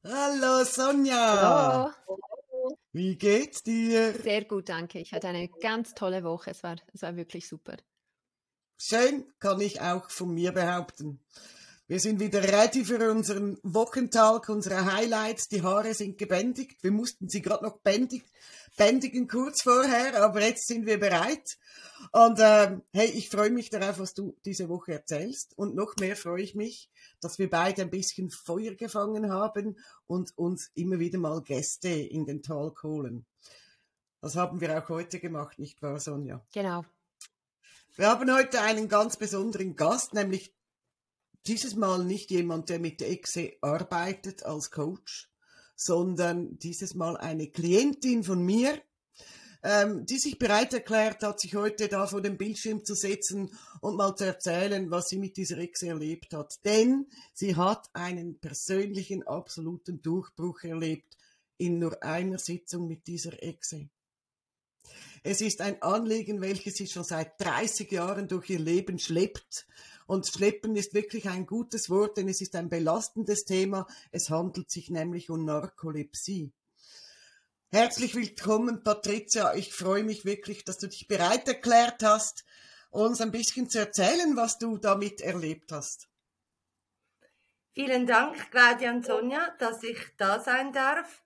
Hallo Sonja, Hallo, wie geht's dir? sehr gut, danke. Ich hatte eine ganz tolle Woche. Es war wirklich super. Schön, kann ich auch von mir behaupten. Wir sind wieder ready für unseren Wochentag, unsere Highlights. Die Haare sind gebändigt. Wir mussten sie gerade noch bändigen kurz vorher, aber jetzt sind wir bereit. Und hey, ich freue mich darauf, was du diese Woche erzählst. Und noch mehr freue ich mich, dass wir beide ein bisschen Feuer gefangen haben und uns immer wieder mal Gäste in den Talk holen. Das haben wir auch heute gemacht, nicht wahr, Sonja? Genau. Wir haben heute einen ganz besonderen Gast, nämlich dieses Mal nicht jemand, der mit der Exe arbeitet als Coach, sondern dieses Mal eine Klientin von mir, die sich bereit erklärt hat, sich heute da vor dem Bildschirm zu setzen und mal zu erzählen, was sie mit dieser Exe erlebt hat. Denn sie hat einen persönlichen, absoluten Durchbruch erlebt in nur einer Sitzung mit dieser Exe. Es ist ein Anliegen, welches sie schon seit 30 Jahren durch ihr Leben schleppt. Und schleppen ist wirklich ein gutes Wort, denn es ist ein belastendes Thema. Es handelt sich nämlich um Narkolepsie. Herzlich willkommen, Patricia. Ich freue mich wirklich, dass du dich bereit erklärt hast, uns ein bisschen zu erzählen, was du damit erlebt hast. Vielen Dank, Claudia und Sonja, dass ich da sein darf.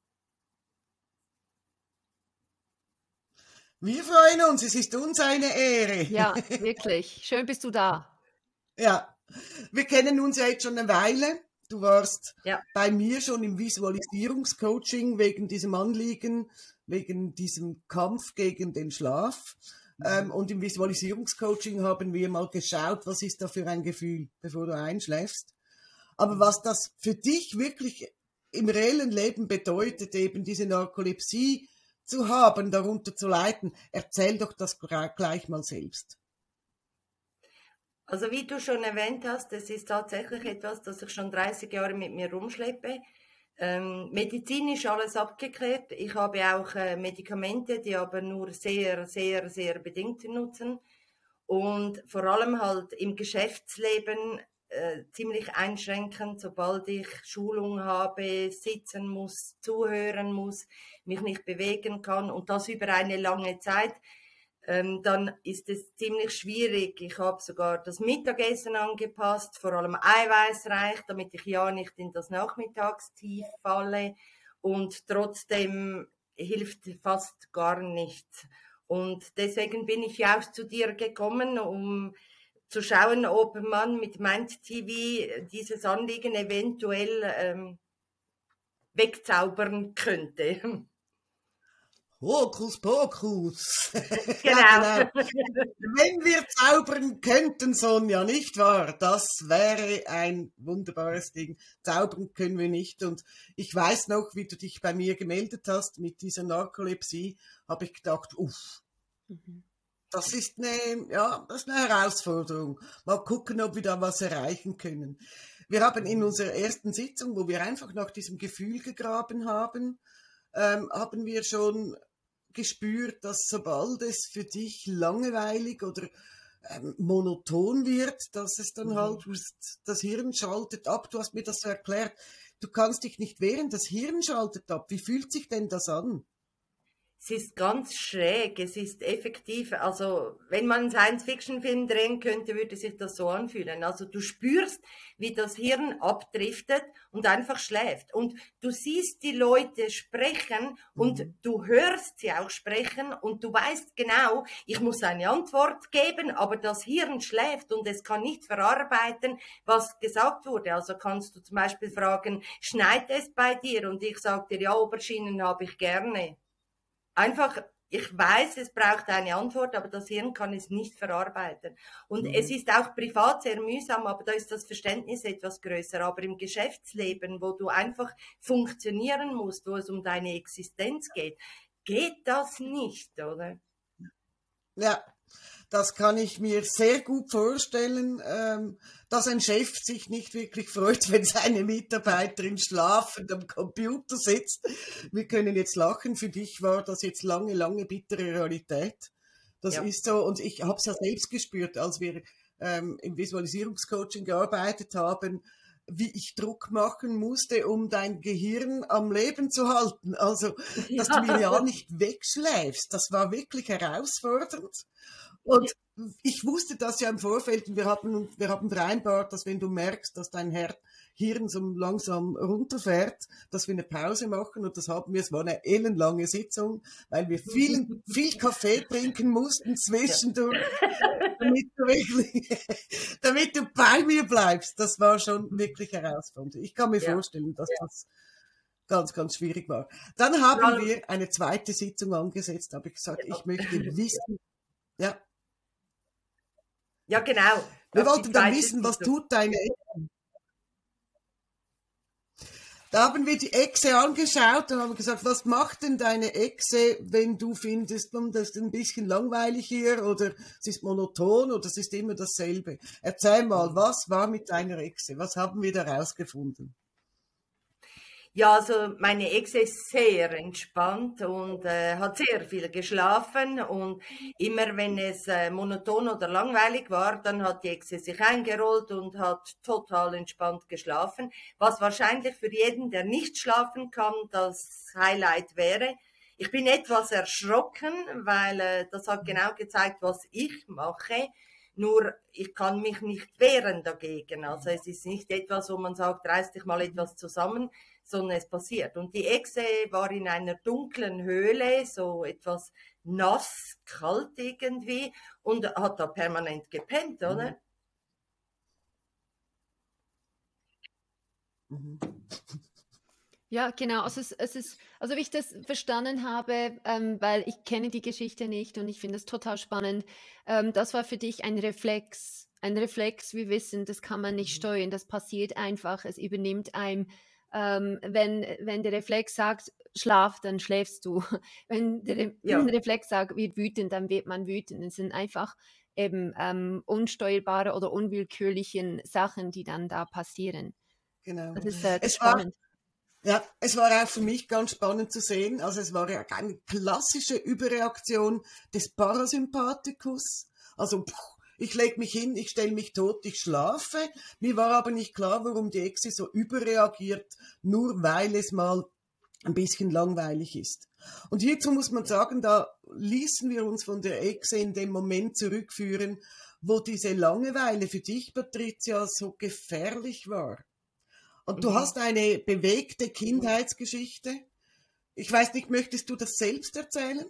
Wir freuen uns, es ist uns eine Ehre. Ja, wirklich. Schön bist du da. Ja, wir kennen uns ja jetzt schon eine Weile. Du warst Ja. bei mir schon im Visualisierungscoaching wegen diesem Anliegen, wegen diesem Kampf gegen den Schlaf. Und im Visualisierungscoaching haben wir mal geschaut, was ist da für ein Gefühl, bevor du einschläfst. Aber was das für dich wirklich im reellen Leben bedeutet, eben diese Narkolepsie zu haben, darunter zu leiden, erzähl doch das gleich mal selbst. Also wie du schon erwähnt hast, es ist tatsächlich etwas, das ich schon 30 Jahre mit mir rumschleppe. Medizinisch alles abgeklärt. Ich habe auch Medikamente, die aber nur sehr, sehr, sehr bedingt nutzen. Und vor allem halt im Geschäftsleben ziemlich einschränkend, sobald ich Schulung habe, sitzen muss, zuhören muss, mich nicht bewegen kann und das über eine lange Zeit, dann ist es ziemlich schwierig. Ich habe sogar das Mittagessen angepasst, vor allem eiweißreich, damit ich ja nicht in das Nachmittagstief falle und trotzdem hilft fast gar nichts. Und deswegen bin ich ja auch zu dir gekommen, um zu schauen, ob man mit Mind TV dieses Anliegen eventuell wegzaubern könnte. Hokus Pokus. Ja, Genau. genau. Wenn wir zaubern könnten, Sonja, nicht wahr? Das wäre ein wunderbares Ding. Zaubern können wir nicht. Und ich weiß noch, wie du dich bei mir gemeldet hast mit dieser Narkolepsie, habe ich gedacht, das ist das ist eine Herausforderung. Mal gucken, ob wir da was erreichen können. Wir haben in unserer ersten Sitzung, wo wir einfach nach diesem Gefühl gegraben haben, haben wir schon gespürt, dass sobald es für dich langweilig oder monoton wird, dass es dann halt das Hirn schaltet ab. Du hast mir das so erklärt. Du kannst dich nicht wehren, das Hirn schaltet ab. Wie fühlt sich denn das an? Es ist ganz schräg, es ist effektiv, also wenn man einen Science-Fiction-Film drehen könnte, würde sich das so anfühlen. Also du spürst, wie das Hirn abdriftet und einfach schläft. Und du siehst die Leute sprechen und du hörst sie auch sprechen und du weißt genau, ich muss eine Antwort geben, aber das Hirn schläft und es kann nicht verarbeiten, was gesagt wurde. Also kannst du zum Beispiel fragen, schneit es bei dir? Und ich sage dir, ja, Auberginen habe ich gerne. Einfach, ich weiß, es braucht eine Antwort, aber das Hirn kann es nicht verarbeiten. Und es ist auch privat sehr mühsam, aber da ist das Verständnis etwas größer. Aber im Geschäftsleben, wo du einfach funktionieren musst, wo es um deine Existenz geht, geht das nicht, oder? Ja, das kann ich mir sehr gut vorstellen, dass ein Chef sich nicht wirklich freut, wenn seine Mitarbeiterin schlafend am Computer sitzt. Wir können jetzt lachen, für dich war das jetzt lange, lange bittere Realität. Das Ja. ist so, und ich habe es ja selbst gespürt, als wir im Visualisierungscoaching gearbeitet haben. wie ich Druck machen musste, um dein Gehirn am Leben zu halten. Also, dass du mir ja nicht wegschläfst, das war wirklich herausfordernd. Und ich wusste das ja im Vorfeld, und wir haben vereinbart, dass wenn du merkst, dass dein Hirn so langsam runterfährt, dass wir eine Pause machen, und das haben wir. Es war eine ellenlange Sitzung, weil wir viel Kaffee trinken mussten zwischendurch, damit du bei mir bleibst. Das war schon wirklich herausfordernd. Ich kann mir vorstellen, dass das ganz, ganz schwierig war. Dann haben wir eine zweite Sitzung angesetzt, habe ich gesagt, ich möchte wissen, ja, genau. Wir wollten dann wissen, was tut deine Echse. Da haben wir die Echse angeschaut und haben gesagt, was macht denn deine Echse, wenn du findest, das ist ein bisschen langweilig hier oder es ist monoton oder es ist immer dasselbe. Erzähl mal, was war mit deiner Echse? Was haben wir da rausgefunden? Ja, also meine Ex ist sehr entspannt und hat sehr viel geschlafen, und immer wenn es monoton oder langweilig war, dann hat die Exe sich eingerollt und hat total entspannt geschlafen, was wahrscheinlich für jeden, der nicht schlafen kann, das Highlight wäre. Ich bin etwas erschrocken, weil das hat genau gezeigt, was ich mache. Nur ich kann mich nicht wehren dagegen. Also es ist nicht etwas, wo man sagt, reiß dich mal etwas zusammen, sondern es passiert. Und die Echse war in einer dunklen Höhle, so etwas nass, kalt irgendwie, und hat da permanent gepennt, oder? Ja, genau. Also also wie ich das verstanden habe, weil ich kenne die Geschichte nicht und ich finde es total spannend. Das war für dich ein Reflex. Ein Reflex, wir wissen, das kann man nicht steuern, das passiert einfach, es übernimmt einem. Wenn der Reflex sagt, schlaf, dann schläfst du. Wenn der Reflex sagt, wird wütend, dann wird man wütend. Es sind einfach eben unsteuerbare oder unwillkürlichen Sachen, die dann da passieren. Genau. Das ist spannend. Ja, es war auch für mich ganz spannend zu sehen. Also es war ja eine klassische Überreaktion des Parasympathikus. Also ich lege mich hin, ich stelle mich tot, ich schlafe. Mir war aber nicht klar, warum die Echse so überreagiert, nur weil es mal ein bisschen langweilig ist. Und hierzu muss man sagen, da ließen wir uns von der Echse in dem Moment zurückführen, wo diese Langeweile für dich, Patricia, so gefährlich war. Und du hast eine bewegte Kindheitsgeschichte. Ich weiß nicht, möchtest du das selbst erzählen?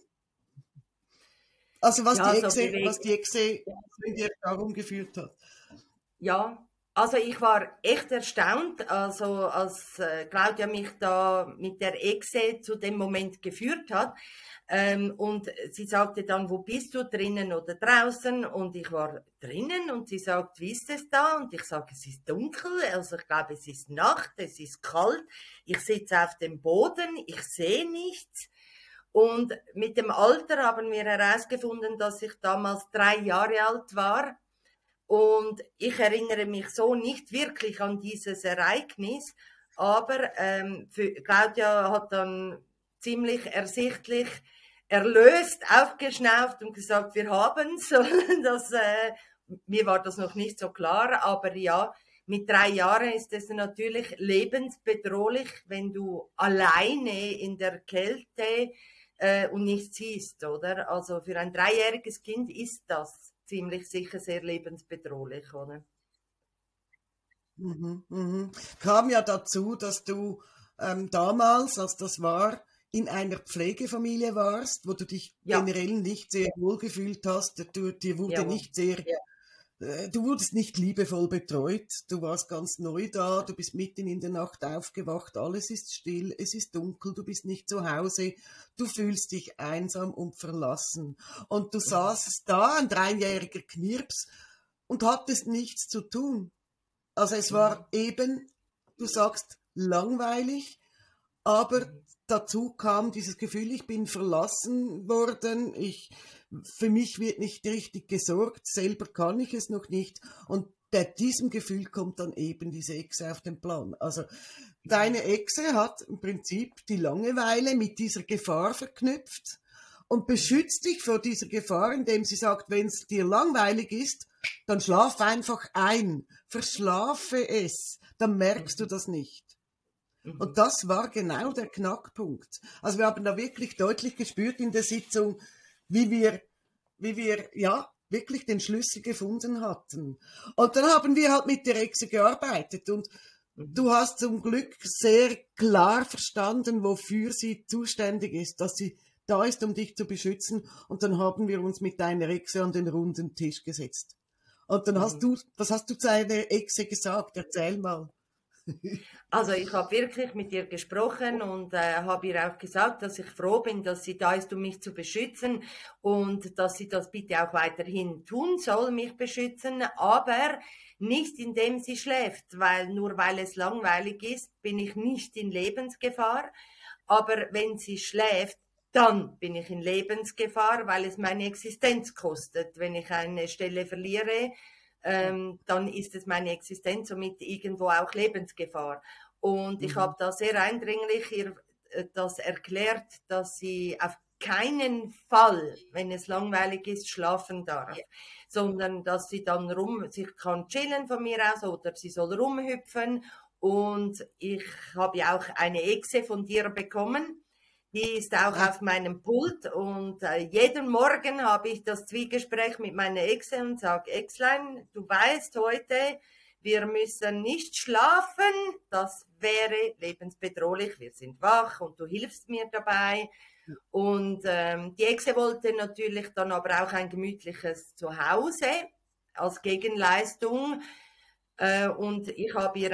Also was die Echse in dir darum geführt hat. Ja, also ich war echt erstaunt, also als Claudia mich da mit der Echse zu dem Moment geführt hat. Und sie sagte dann, wo bist du, drinnen oder draußen? Und ich war drinnen, und sie sagt, wie ist es da? Und ich sage, es ist dunkel, also ich glaube, es ist Nacht, es ist kalt, ich sitze auf dem Boden, ich sehe nichts. Und mit dem Alter haben wir herausgefunden, dass ich damals 3 Jahre alt war. Und ich erinnere mich so nicht wirklich an dieses Ereignis, aber Claudia hat dann ziemlich ersichtlich erlöst aufgeschnauft und gesagt, wir haben's. Mir war das noch nicht so klar, aber ja, mit 3 Jahren ist es natürlich lebensbedrohlich, wenn du alleine in der Kälte und nichts siehst, oder? Also für ein 3-jähriges Kind ist das ziemlich sicher sehr lebensbedrohlich, oder? Kam ja dazu, dass du damals, als das war, in einer Pflegefamilie warst, wo du dich generell nicht sehr wohl gefühlt hast. Dir wurde nicht sehr, du wurdest nicht liebevoll betreut. Du warst ganz neu da, du bist mitten in der Nacht aufgewacht, alles ist still, es ist dunkel, du bist nicht zu Hause, du fühlst dich einsam und verlassen. Und du saßest da, ein 3-jähriger Knirps, und hattest nichts zu tun. Also es war eben, du sagst, langweilig, aber dazu kam dieses Gefühl, ich bin verlassen worden, für mich wird nicht richtig gesorgt, selber kann ich es noch nicht, und bei diesem Gefühl kommt dann eben diese Echse auf den Plan. Also deine Echse hat im Prinzip die Langeweile mit dieser Gefahr verknüpft und beschützt dich vor dieser Gefahr, indem sie sagt, wenn es dir langweilig ist, dann schlaf einfach ein, verschlafe es, dann merkst du das nicht. Und das war genau der Knackpunkt. Also wir haben da wirklich deutlich gespürt in der Sitzung, wie wir ja wirklich den Schlüssel gefunden hatten. Und dann haben wir halt mit der Echse gearbeitet und du hast zum Glück sehr klar verstanden, wofür sie zuständig ist, dass sie da ist, um dich zu beschützen. Und dann haben wir uns mit deiner Echse an den runden Tisch gesetzt. Und dann was hast du zu deiner Echse gesagt? Erzähl mal. Also ich habe wirklich mit ihr gesprochen und habe ihr auch gesagt, dass ich froh bin, dass sie da ist, um mich zu beschützen und dass sie das bitte auch weiterhin tun soll, mich beschützen, aber nicht indem sie schläft, nur weil es langweilig ist, bin ich nicht in Lebensgefahr, aber wenn sie schläft, dann bin ich in Lebensgefahr, weil es meine Existenz kostet, wenn ich eine Stelle verliere. Dann ist es meine Existenz, somit irgendwo auch Lebensgefahr. Und ich habe da sehr eindringlich ihr das erklärt, dass sie auf keinen Fall, wenn es langweilig ist, schlafen darf, sondern dass sie dann sich kann chillen von mir aus oder sie soll rumhüpfen. Und ich habe ja auch eine Echse von dir bekommen. Die ist auch auf meinem Pult und jeden Morgen habe ich das Zwiegespräch mit meiner Echse und sage, Exlein, du weißt heute, wir müssen nicht schlafen, das wäre lebensbedrohlich, wir sind wach und du hilfst mir dabei. Und die Echse wollte natürlich dann aber auch ein gemütliches Zuhause als Gegenleistung und ich habe ihr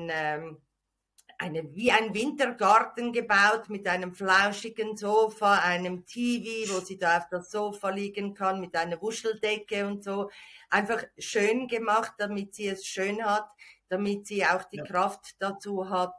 wie ein Wintergarten gebaut mit einem flauschigen Sofa, einem TV, wo sie da auf das Sofa liegen kann, mit einer Wuscheldecke und so. Einfach schön gemacht, damit sie es schön hat, damit sie auch die Kraft dazu hat,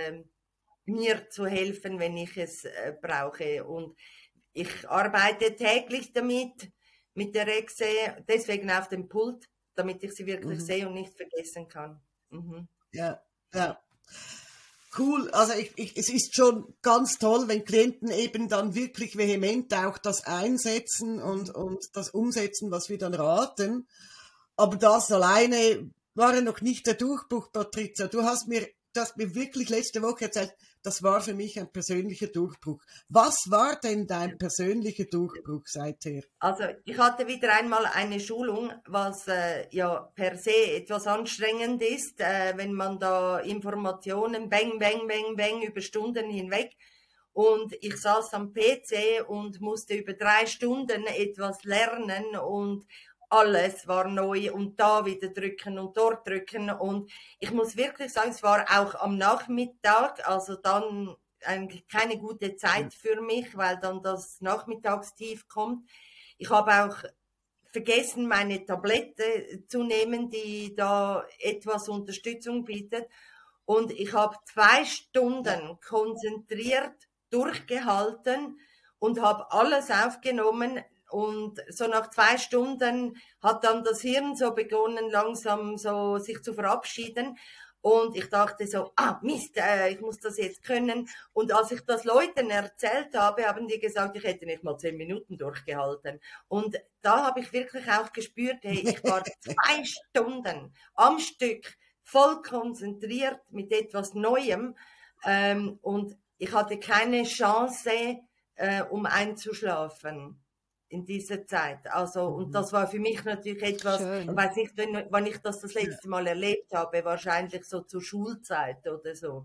mir zu helfen, wenn ich es brauche. Und ich arbeite täglich damit, mit der Echse, deswegen auf dem Pult, damit ich sie wirklich sehe und nicht vergessen kann. Ja, ja. Cool, also es ist schon ganz toll, wenn Klienten eben dann wirklich vehement auch das einsetzen und das umsetzen, was wir dann raten. Aber das alleine war ja noch nicht der Durchbruch, Patricia. Du hast mir wirklich letzte Woche erzählt, das war für mich ein persönlicher Durchbruch. Was war denn dein persönlicher Durchbruch seither? Also ich hatte wieder einmal eine Schulung, was ja per se etwas anstrengend ist, wenn man da Informationen bang, bang, bang, bang über Stunden hinweg. Und ich saß am PC und musste über 3 Stunden etwas lernen und alles war neu und da wieder drücken und dort drücken. Und ich muss wirklich sagen, es war auch am Nachmittag, also dann eigentlich keine gute Zeit für mich, weil dann das Nachmittagstief kommt. Ich habe auch vergessen, meine Tablette zu nehmen, die da etwas Unterstützung bietet. Und ich habe 2 Stunden konzentriert durchgehalten und habe alles aufgenommen. Und so nach 2 Stunden hat dann das Hirn so begonnen, langsam so sich zu verabschieden. Und ich dachte so, Mist, ich muss das jetzt können. Und als ich das Leuten erzählt habe, haben die gesagt, ich hätte nicht mal 10 Minuten durchgehalten. Und da habe ich wirklich auch gespürt, hey, ich war 2 Stunden am Stück voll konzentriert mit etwas Neuem. Und ich hatte keine Chance, um einzuschlafen in dieser Zeit. Also, und das war für mich natürlich etwas, Schön. ich weiß nicht, wann ich das letzte Mal erlebt habe, wahrscheinlich so zur Schulzeit oder so.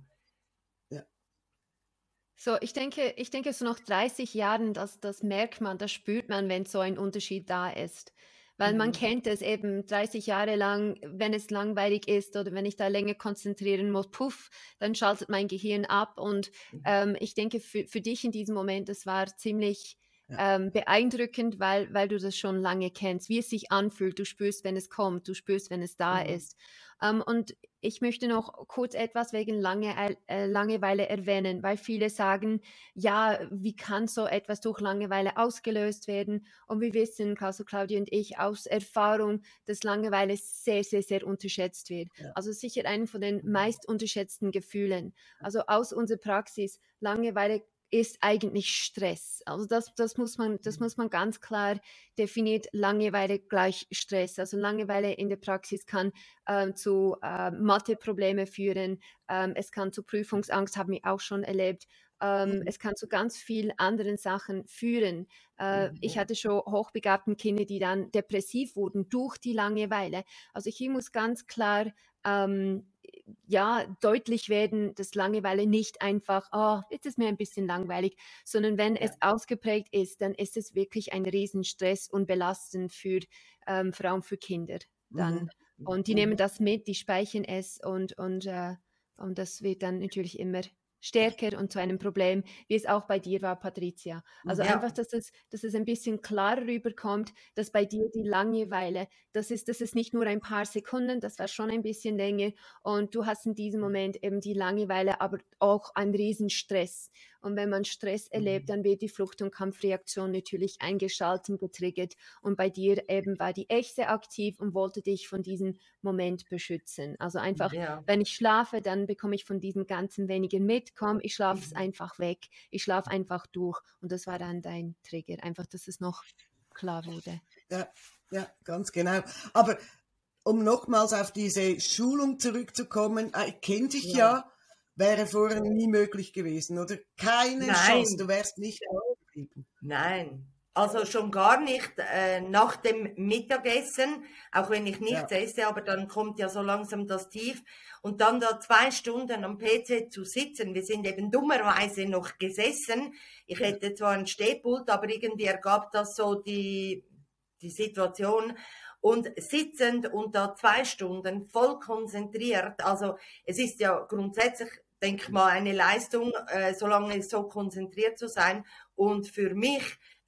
So, ich denke, so nach 30 Jahren, das merkt man, das spürt man, wenn so ein Unterschied da ist. Weil man kennt es eben 30 Jahre lang, wenn es langweilig ist oder wenn ich da länger konzentrieren muss, puff, dann schaltet mein Gehirn ab. Und ich denke, für dich in diesem Moment, das war ziemlich beeindruckend, weil du das schon lange kennst, wie es sich anfühlt. Du spürst, wenn es kommt, du spürst, wenn es da ist. Und ich möchte noch kurz etwas wegen Langeweile erwähnen, weil viele sagen, ja, wie kann so etwas durch Langeweile ausgelöst werden? Und wir wissen, also Claudia und ich, aus Erfahrung, dass Langeweile sehr, sehr, sehr unterschätzt wird. Ja. Also sicher einen von den meist unterschätzten Gefühlen. Also aus unserer Praxis, Langeweile ist eigentlich Stress. Also das muss man ganz klar definiert. Langeweile gleich Stress. Also Langeweile in der Praxis kann zu Matheprobleme führen. Es kann zu Prüfungsangst, haben wir auch schon erlebt. Es kann zu ganz vielen anderen Sachen führen. Ich hatte schon hochbegabten Kinder, die dann depressiv wurden durch die Langeweile. Also hier muss ganz klar deutlich werden, dass Langeweile nicht einfach, oh, jetzt ist mir ein bisschen langweilig, sondern wenn es ausgeprägt ist, dann ist es wirklich ein Riesenstress und belastend für vor allem für Kinder dann. Und die nehmen das mit, die speichern es und das wird dann natürlich immer stärker und zu einem Problem, wie es auch bei dir war, Patricia. Also einfach, dass es ein bisschen klarer rüberkommt, dass bei dir die Langeweile, das ist nicht nur ein paar Sekunden, das war schon ein bisschen länger und du hast in diesem Moment eben die Langeweile, aber auch einen Riesenstress. Und wenn man Stress erlebt, dann wird die Flucht- und Kampfreaktion natürlich eingeschaltet, getriggert. Und bei dir eben war die Echse aktiv und wollte dich von diesem Moment beschützen. Also einfach, wenn ich schlafe, dann bekomme ich von diesem Ganzen weniger mit. Komm, ich schlafe es einfach weg. Ich schlafe einfach durch. Und das war dann dein Trigger. Einfach, dass es noch klar wurde. Ja, ganz genau. Aber um nochmals auf diese Schulung zurückzukommen, kennt dich ja, wäre vorher nie möglich gewesen, oder? Keine Chance, du wärst nicht geblieben. Nein, also schon gar nicht nach dem Mittagessen, auch wenn ich nichts esse, aber dann kommt ja so langsam das Tief. Und dann da 2 Stunden am PC zu sitzen, wir sind eben dummerweise noch gesessen. Ich hätte zwar ein Stehpult, aber irgendwie ergab das so die Situation. Und sitzend und da 2 Stunden voll konzentriert, also es ist ja grundsätzlich, denke mal, eine Leistung, so lange so konzentriert zu sein. Und für mich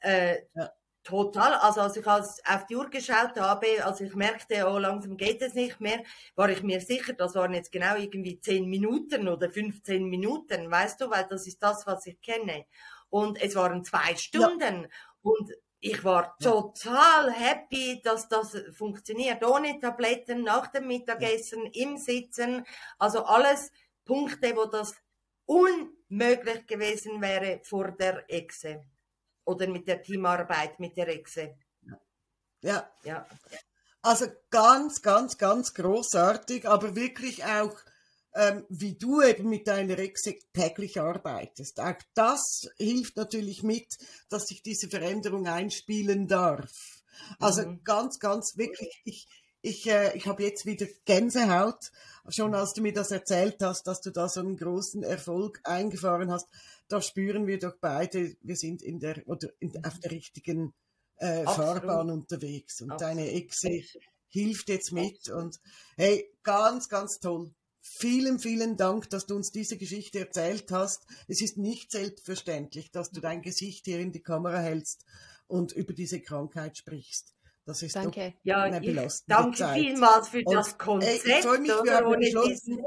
total, also als ich auf die Uhr geschaut habe, als ich merkte, oh, langsam geht es nicht mehr, war ich mir sicher, das waren jetzt genau irgendwie 10 Minuten oder 15 Minuten, weißt du, weil das ist das, was ich kenne. Und es waren 2 Stunden und ich war total happy, dass das funktioniert, ohne Tabletten, nach dem Mittagessen, im Sitzen, also alles Punkte, wo das unmöglich gewesen wäre vor der Echse oder mit der Teamarbeit mit der Echse. Ja. Also ganz, ganz, ganz großartig, aber wirklich auch, wie du eben mit deiner Echse täglich arbeitest. Auch das hilft natürlich mit, dass sich diese Veränderung einspielen darf. Also ganz, ganz wirklich, ich habe jetzt wieder Gänsehaut, schon als du mir das erzählt hast, dass du da so einen großen Erfolg eingefahren hast. Da spüren wir doch beide, wir sind auf der richtigen Fahrbahn unterwegs. Und deine Echse hilft jetzt mit. Und hey, ganz, ganz toll. Vielen, vielen Dank, dass du uns diese Geschichte erzählt hast. Es ist nicht selbstverständlich, dass du dein Gesicht hier in die Kamera hältst und über diese Krankheit sprichst. Das ist doch eine belastende danke Zeit. vielmals für das Konzept. Ich freue mich, wir haben beschlossen.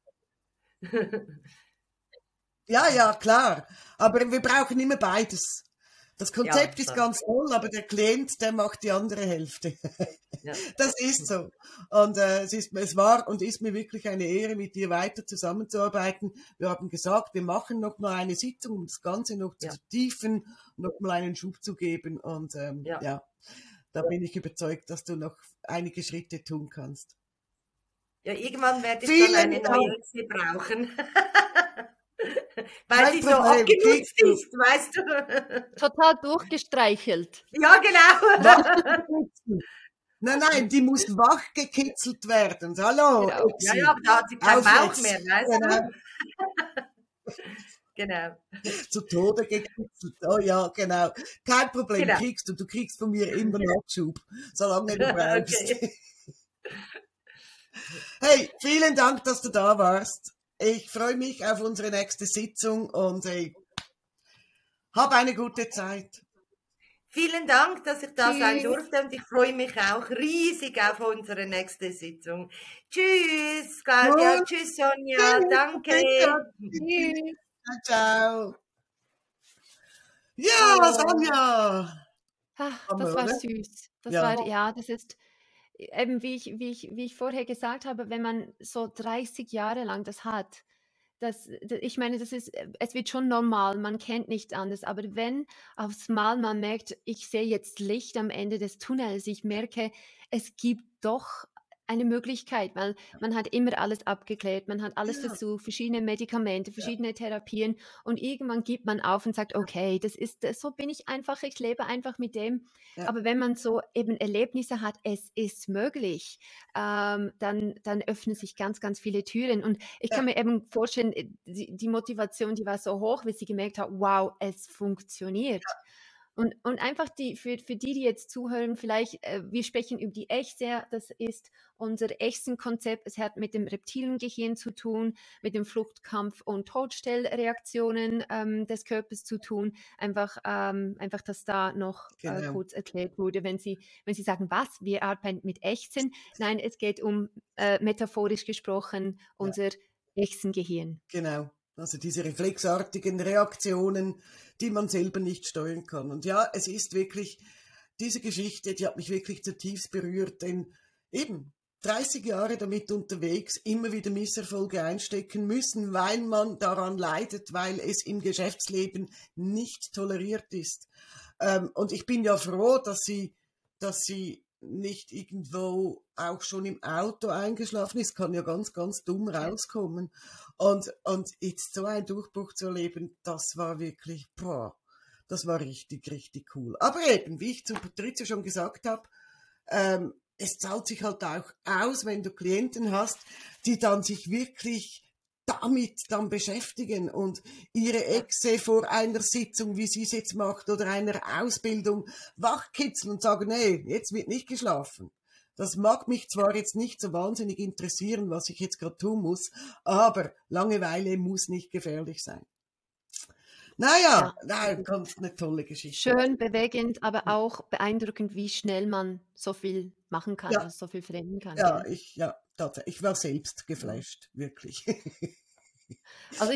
Ja, klar. Aber wir brauchen immer beides. Das Konzept ist ganz toll, aber der Klient, der macht die andere Hälfte. Das ist so. Und es war und ist mir wirklich eine Ehre, mit dir weiter zusammenzuarbeiten. Wir haben gesagt, wir machen noch mal eine Sitzung, um das Ganze noch zu vertiefen, noch mal einen Schub zu geben. Und da bin ich überzeugt, dass du noch einige Schritte tun kannst. Ja, irgendwann werde ich dann eine neue Echse brauchen. Weil sie so abgenutzt ist, weißt du. Total durchgestreichelt. Ja, genau. Nein, die muss wach gekitzelt werden. Hallo. Genau. Ja, aber da hat sie keinen Bauch mehr, weißt du. Genau. Zu Tode gekitzelt. Oh ja, genau. Kein Problem, genau. Du kriegst von mir immer Nachschub, solange du brauchst. Okay. Hey, vielen Dank, dass du da warst. Ich freue mich auf unsere nächste Sitzung und hab eine gute Zeit. Vielen Dank, dass ich da sein durfte und ich freue mich auch riesig auf unsere nächste Sitzung. Tschüss, Claudia. Tschüss, Sonja. Danke. Tschüss. Ciao. Ja, Sonja. Ach, das war süß. Das war, das ist eben, wie ich vorher gesagt habe, wenn man so 30 Jahre lang das hat, ich meine, es wird schon normal, man kennt nicht anders, aber wenn aufs Mal man merkt, ich sehe jetzt Licht am Ende des Tunnels, ich merke, es gibt doch eine Möglichkeit, weil man hat immer alles abgeklärt, man hat alles Ja, versucht, verschiedene Medikamente, ja, verschiedene Therapien und irgendwann gibt man auf und sagt, okay, so bin ich einfach, ich lebe einfach mit dem. ja, Aber wenn man so eben Erlebnisse hat, es ist möglich, dann öffnen sich ganz, ganz viele Türen. Und ich ja, kann mir eben vorstellen, die Motivation, die war so hoch, wie sie gemerkt hat, wow, es funktioniert. Und einfach für die, die jetzt zuhören, vielleicht, wir sprechen über die Echse, das ist unser Echsenkonzept. Es hat mit dem Reptiliengehirn zu tun, mit den Fluchtkampf- und Todstellreaktionen des Körpers zu tun. Einfach, dass da noch genau. kurz erklärt wurde, wenn Sie sagen, was, wir arbeiten mit Echsen. Nein, es geht um, metaphorisch gesprochen, Ja, unser Echsengehirn. genau. Also diese reflexartigen Reaktionen, die man selber nicht steuern kann. Und ja, es ist wirklich, diese Geschichte, die hat mich wirklich zutiefst berührt, denn eben 30 Jahre damit unterwegs, immer wieder Misserfolge einstecken müssen, weil man daran leidet, weil es im Geschäftsleben nicht toleriert ist. Und ich bin ja froh, dass sie nicht irgendwo auch schon im Auto eingeschlafen ist, kann ja ganz, ganz dumm Ja. rauskommen. Und jetzt so einen Durchbruch zu erleben, das war wirklich, boah, das war richtig, richtig cool. Aber eben, wie ich zu Patrizia schon gesagt habe, es zahlt sich halt auch aus, wenn du Klienten hast, die dann sich wirklich damit dann beschäftigen und ihre Ja. Exe vor einer Sitzung, wie sie es jetzt macht, oder einer Ausbildung wachkitzeln und sagen, nee, jetzt wird nicht geschlafen. Das mag mich zwar jetzt nicht so wahnsinnig interessieren, was ich jetzt gerade tun muss, aber Langeweile muss nicht gefährlich sein. Naja, Ja, das nein, ist ganz eine tolle Geschichte. schön, bewegend, aber auch beeindruckend, wie schnell man so viel machen kann, Ja, also so viel verändern kann, ja, gell? ja, tatsächlich. Ich war selbst Ja. geflasht, wirklich. Also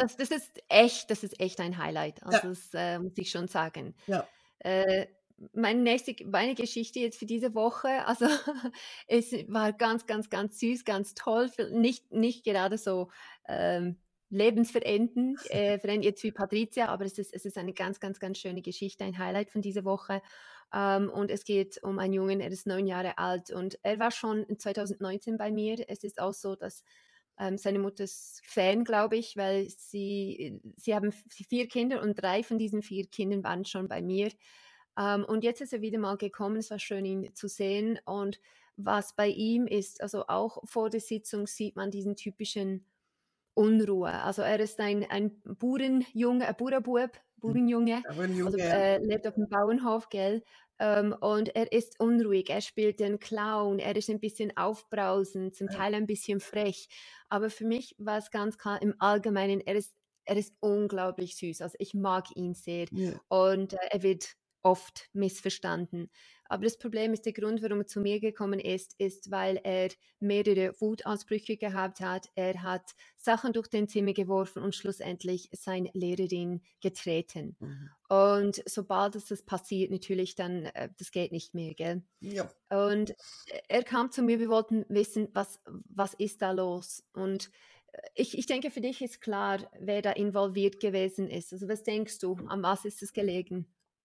das ist echt ein Highlight. Ja, Also das muss ich schon sagen. ja, Äh, meine Geschichte jetzt für diese Woche, also es war ganz, ganz, ganz süß, ganz toll, nicht gerade so lebensverendend, verendend jetzt wie Patricia, aber es ist eine ganz, ganz, ganz schöne Geschichte, ein Highlight von dieser Woche. Und es geht um einen Jungen, er ist 9 Jahre alt und er war schon 2019 bei mir. Es ist auch so, dass seine Mutter ist Fan, glaube ich, weil sie haben 4 Kinder und 3 von diesen 4 Kindern waren schon bei mir. Und jetzt ist er wieder mal gekommen, es war schön, ihn zu sehen. Und was bei ihm ist, also auch vor der Sitzung sieht man diesen typischen Unruhe. Also er ist ein Bauernjunge, ein Bauernjunge, aber ein also Junge, lebt auf dem Bauernhof, gell? Und er ist unruhig, er spielt den Clown, er ist ein bisschen aufbrausend, zum Teil ein bisschen frech. Aber für mich war es ganz klar im Allgemeinen, er ist unglaublich süß. Also ich mag ihn sehr ja, und er wird oft missverstanden. Aber das Problem ist, der Grund, warum er zu mir gekommen ist, weil er mehrere Wutausbrüche gehabt hat. Er hat Sachen durch den Zimmer geworfen und schlussendlich seine Lehrerin getreten. mhm. Und sobald das passiert, natürlich dann, das geht nicht mehr, gell? Ja. Und er kam zu mir, wir wollten wissen, was ist da los? Und ich denke, für dich ist klar, wer da involviert gewesen ist. Also was denkst du, an was ist es gelegen?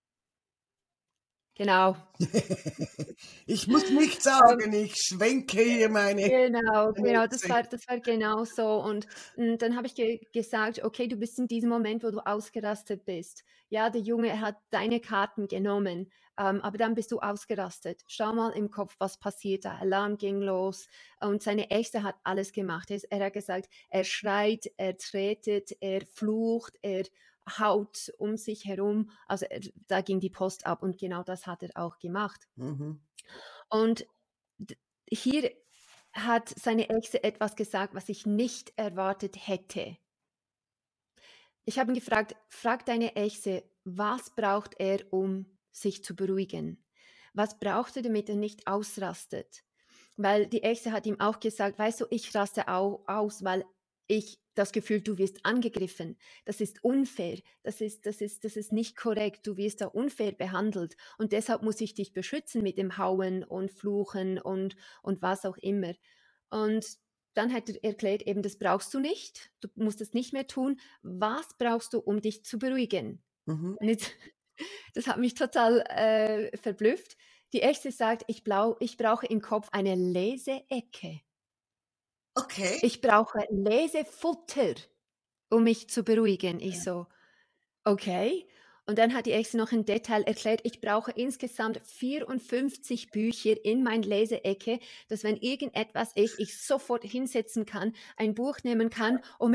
Genau. Ich muss nichts Ähm, sagen, ich schwenke hier Genau, meine genau, Echse. das war genau so. Und dann habe ich gesagt, okay, du bist in diesem Moment, wo du ausgerastet bist. Ja, der Junge er hat deine Karten genommen, aber dann bist du ausgerastet. Schau mal im Kopf, was passiert da. Alarm ging los und seine Ängste hat alles gemacht. Er hat gesagt, er schreit, er tretet, er flucht, er haut um sich herum. Also da ging die Post ab und genau das hat er auch gemacht. Mhm. Und d hier hat seine Exe etwas gesagt, was ich nicht erwartet hätte. Ich habe ihn gefragt: „Frag deine Exe, was braucht er, um sich zu beruhigen? Was braucht er, damit er nicht ausrastet?“ Weil die Exe hat ihm auch gesagt: „Weißt du, ich raste aus, weil ich das Gefühl, du wirst angegriffen. Das ist unfair. Das ist nicht korrekt. Du wirst da unfair behandelt und deshalb muss ich dich beschützen mit dem Hauen und Fluchen und was auch immer.“ Und dann hat er erklärt, eben das brauchst du nicht, du musst es nicht mehr tun. Was brauchst du, um dich zu beruhigen? Mhm. Und jetzt, das hat mich total verblüfft. Die Echse sagt, ich brauche im Kopf eine Leseecke. Okay. Ich brauche Lesefutter, um mich zu beruhigen. Ich so, okay. Und dann hat die Echse noch im Detail erklärt, ich brauche insgesamt 54 Bücher in mein Leseecke, dass wenn irgendetwas ist, ich sofort hinsetzen kann, ein Buch nehmen kann und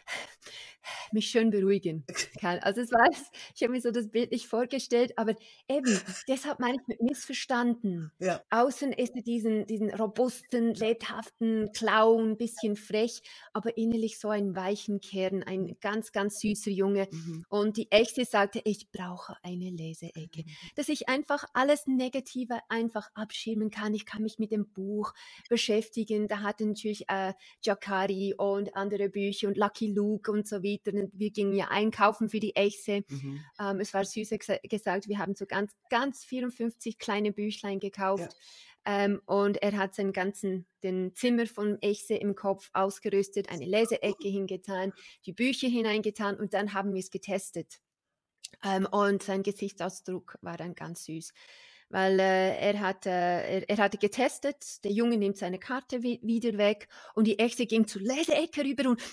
mich schön beruhigen kann. Also ich habe mir so das Bild nicht vorgestellt, aber eben, deshalb meine ich mit missverstanden. Ja. Außen ist er diesen robusten, lebhaften Clown, bisschen frech, aber innerlich so einen weichen Kern, ein ganz, ganz süßer Junge. Mhm. Und die Echse sagte, ich brauche eine Leseecke, dass ich einfach alles Negative einfach abschirmen kann. Ich kann mich mit dem Buch beschäftigen. Da hat natürlich Jacari und andere Bücher und Lucky Luke und so weiter. Und wir gingen ja einkaufen für die Echse. Mhm. Es war süß gesagt, wir haben so ganz, ganz 54 kleine Büchlein gekauft. Und er hat den Zimmer von Echse im Kopf ausgerüstet, eine Leseecke hingetan, die Bücher hineingetan und dann haben wir es getestet. Und sein Gesichtsausdruck war dann ganz süß, weil er hatte getestet, der Junge nimmt seine Karte wieder weg und die Echse ging zur Leseecke rüber und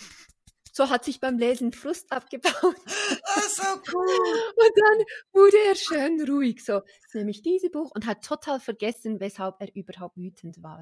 so hat sich beim Lesen Frust abgebaut. Ah, so cool. Und dann wurde er schön ruhig. So, jetzt nehme ich dieses Buch und hat total vergessen, weshalb er überhaupt wütend war.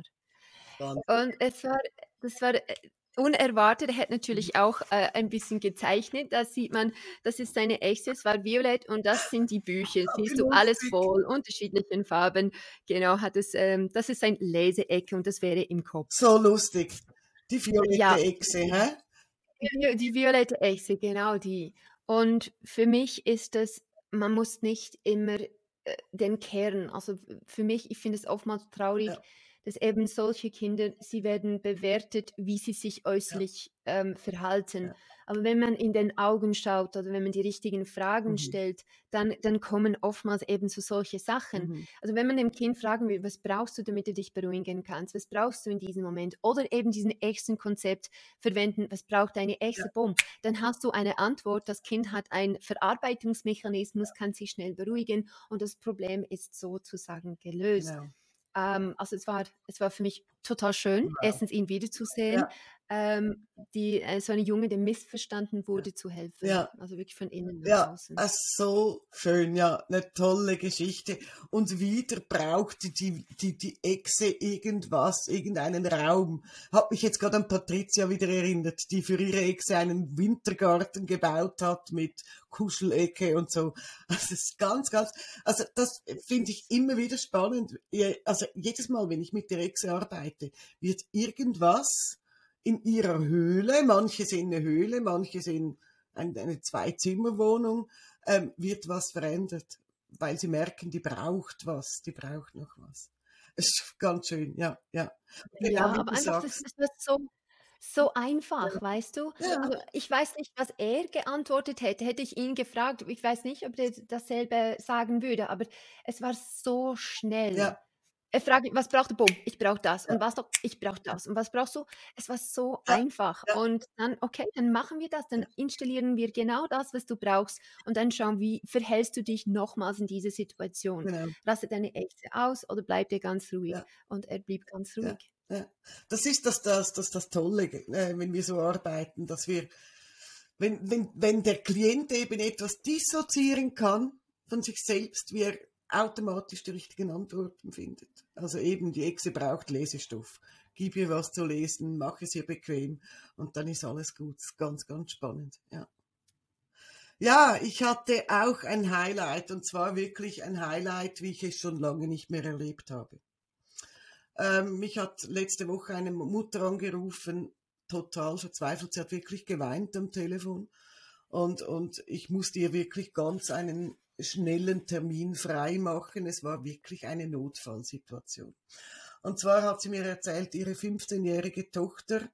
Und das war unerwartet. Er hat natürlich auch ein bisschen gezeichnet. Da sieht man, das ist seine Echse, es war violett und das sind die Bücher. Siehst du, alles voll, unterschiedlichen Farben. Genau, das ist sein Leseecke und das wäre im Kopf. So lustig. Die violette Ja, Echse, hä? die violette Echse, genau die. Und für mich ist es, man muss nicht immer den Kern, also für mich, ich finde es oftmals traurig, Ja. dass eben solche Kinder, sie werden bewertet, wie sie sich äußerlich verhalten. Ja. Aber wenn man in den Augen schaut oder wenn man die richtigen Fragen Mhm. stellt, dann kommen oftmals eben so solche Sachen. Mhm. Also wenn man dem Kind fragen will, was brauchst du, damit du dich beruhigen kannst, was brauchst du in diesem Moment oder eben diesen echten Konzept verwenden, was braucht deine Echse, bumm, dann hast du eine Antwort, das Kind hat einen Verarbeitungsmechanismus, kann sich schnell beruhigen und das Problem ist sozusagen gelöst. Genau. Also es war für mich total schön, erstens ihn wiederzusehen, so eine Junge, der missverstanden wurde, zu helfen. Ja. Also wirklich von innen nach Ja, außen. so schön, ja, eine tolle Geschichte. Und wieder brauchte die Echse irgendeinen Raum. Hat mich jetzt gerade an Patricia wieder erinnert, die für ihre Echse einen Wintergarten gebaut hat mit Kuschelecke und so. Das ist also das finde ich immer wieder spannend. Also jedes Mal, wenn ich mit der Echse arbeite, wird irgendwas in ihrer Höhle, manche sind eine Höhle, manche sind eine Zwei-Zimmer-Wohnung, wird was verändert, weil sie merken, die braucht noch was. Es ist ganz schön, ja. Ja, Genau wie aber du einfach, sagst. das war so einfach, weißt du? Ja, Also, ich weiß nicht, was er geantwortet hätte. Hätte ich ihn gefragt, ich weiß nicht, ob der dasselbe sagen würde, aber es war so schnell. ja, Er fragt mich: „Was brauchst du?“ „Bumm, ich brauche das.“ ja, „Und was noch?“ „Ich brauche das.“ „Und was brauchst du?“ Es war so ja, einfach ja, und dann: „Okay, dann machen wir das, dann installieren wir genau das, was du brauchst und dann schauen, wie verhältst du dich nochmals in dieser Situation. genau, Rastet deine Ängste aus oder bleibt er ganz ruhig?“ ja, Und er blieb ganz ja, ruhig. ja. Das ist das Tolle, wenn wir so arbeiten, dass wir, wenn der Klient eben etwas dissoziieren kann von sich selbst, wie er automatisch die richtigen Antworten findet. Also eben, die Echse braucht Lesestoff. Gib ihr was zu lesen, mach es ihr bequem und dann ist alles gut. Ganz, ganz spannend, ja. Ja, ich hatte auch ein Highlight und zwar wirklich ein Highlight, wie ich es schon lange nicht mehr erlebt habe. Mich hat letzte Woche eine Mutter angerufen, total verzweifelt. Sie hat wirklich geweint am Telefon und ich musste ihr wirklich ganz einen schnellen Termin frei machen. Es war wirklich eine Notfallsituation. Und zwar hat sie mir erzählt, ihre 15-jährige Tochter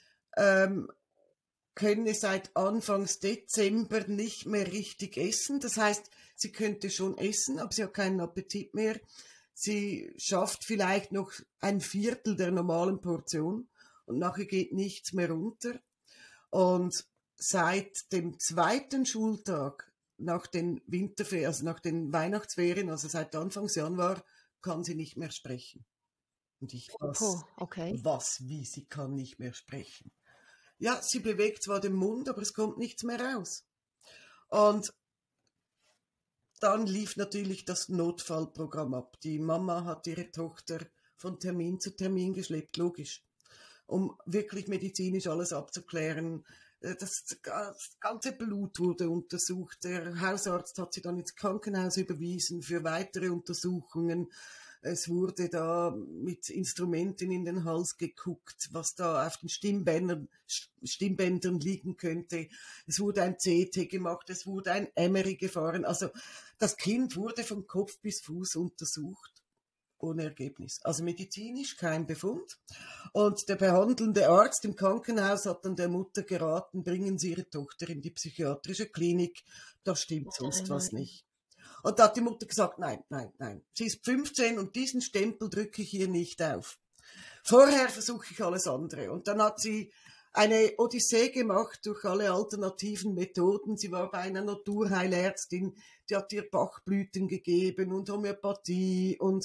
könne seit Anfangs Dezember nicht mehr richtig essen. Das heißt, sie könnte schon essen, aber sie hat keinen Appetit mehr. Sie schafft vielleicht noch ein Viertel der normalen Portion und nachher geht nichts mehr runter. Und seit dem 2. Schultag nach den Winterferien, also nach den Weihnachtsferien, also seit Anfang Januar, kann sie nicht mehr sprechen. Und ich, Okay. wie, sie kann nicht mehr sprechen. Ja, sie bewegt zwar den Mund, aber es kommt nichts mehr raus. Und dann lief natürlich das Notfallprogramm ab. Die Mama hat ihre Tochter von Termin zu Termin geschleppt, logisch, um wirklich medizinisch alles abzuklären. Das ganze Blut wurde untersucht. Der Hausarzt hat sie dann ins Krankenhaus überwiesen für weitere Untersuchungen. Es wurde da mit Instrumenten in den Hals geguckt, was da auf den Stimmbändern liegen könnte. Es wurde ein CT gemacht, es wurde ein MRI gefahren. Also das Kind wurde von Kopf bis Fuß untersucht, ohne Ergebnis. Also medizinisch kein Befund. Und der behandelnde Arzt im Krankenhaus hat dann der Mutter geraten, bringen Sie Ihre Tochter in die psychiatrische Klinik, da stimmt sonst was nicht. Und da hat die Mutter gesagt, nein. Sie ist 15 und diesen Stempel drücke ich hier nicht auf. Vorher versuche ich alles andere. Und dann hat sie eine Odyssee gemacht durch alle alternativen Methoden. Sie war bei einer Naturheilärztin, die hat ihr Bachblüten gegeben und Homöopathie und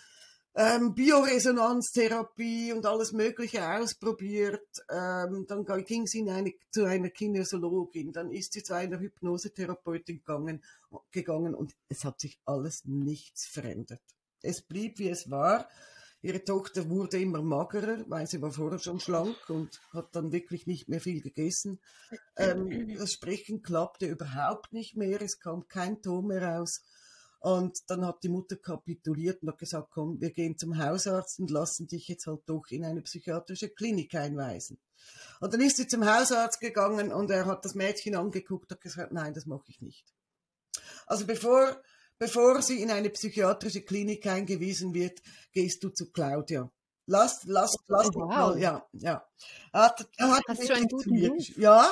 Bioresonanztherapie und alles Mögliche ausprobiert. Dann ging sie zu einer Kinesiologin, dann ist sie zu einer Hypnosetherapeutin gegangen und es hat sich alles nichts verändert. Es blieb, wie es war. Ihre Tochter wurde immer magerer, weil sie war vorher schon schlank und hat dann wirklich nicht mehr viel gegessen. Das Sprechen klappte überhaupt nicht mehr, es kam kein Ton mehr raus. Und dann hat die Mutter kapituliert und hat gesagt, komm, wir gehen zum Hausarzt und lassen dich jetzt halt doch in eine psychiatrische Klinik einweisen. Und dann ist sie zum Hausarzt gegangen und er hat das Mädchen angeguckt und gesagt, nein, das mache ich nicht. Also bevor sie in eine psychiatrische Klinik eingewiesen wird, gehst du zu Claudia. Lass mich mal, ja. Hast du einen guten Ruf? Ja.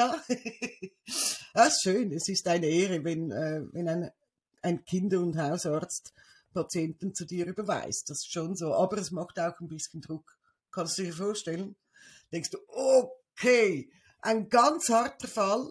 Das ist schön, es ist eine Ehre, wenn ein Kinder- und Hausarzt Patienten zu dir überweist. Das ist schon so. Aber es macht auch ein bisschen Druck. Kannst du dir vorstellen? Denkst du, okay, ein ganz harter Fall,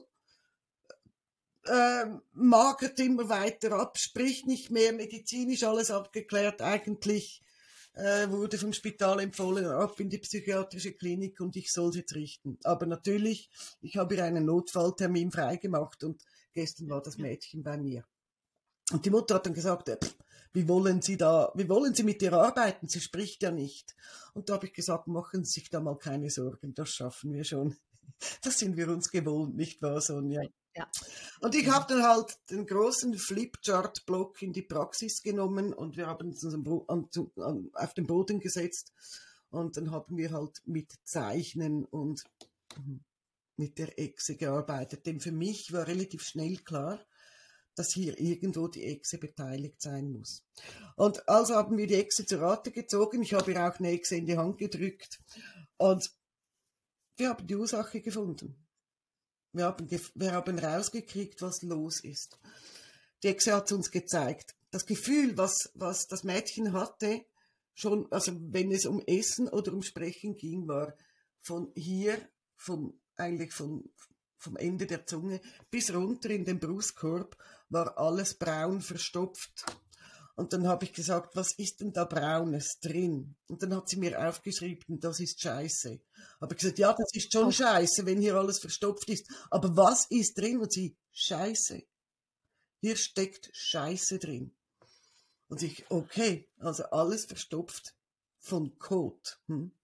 magert immer weiter ab, spricht nicht mehr, medizinisch alles abgeklärt. Eigentlich wurde vom Spital empfohlen, ab in die psychiatrische Klinik und ich soll sie jetzt richten. Aber natürlich, ich habe ihr einen Notfalltermin freigemacht und gestern war das Mädchen bei mir. Und die Mutter hat dann gesagt, wie wollen Sie mit ihr arbeiten? Sie spricht ja nicht. Und da habe ich gesagt, machen Sie sich da mal keine Sorgen, das schaffen wir schon. Das sind wir uns gewohnt, nicht wahr, Sonja? Ja. Und ich habe dann halt den großen Flipchart-Block in die Praxis genommen und wir haben uns auf den Boden gesetzt und dann haben wir halt mit Zeichnen und mit der Echse gearbeitet. Denn für mich war relativ schnell klar, dass hier irgendwo die Echse beteiligt sein muss. Und also haben wir die Echse zur Rate gezogen. Ich habe ihr auch eine Echse in die Hand gedrückt. Und wir haben die Ursache gefunden. Wir haben rausgekriegt, was los ist. Die Echse hat uns gezeigt. Das Gefühl, was das Mädchen hatte, schon, also wenn es um Essen oder um Sprechen ging, war von hier, vom Ende der Zunge bis runter in den Brustkorb, war alles braun verstopft. Und dann habe ich gesagt, was ist denn da Braunes drin? Und dann hat sie mir aufgeschrieben, das ist Scheiße. Habe ich gesagt, ja, das ist schon Scheiße, wenn hier alles verstopft ist. Aber was ist drin? Und sie, Scheiße. Hier steckt Scheiße drin. Und ich, okay, also alles verstopft von Kot.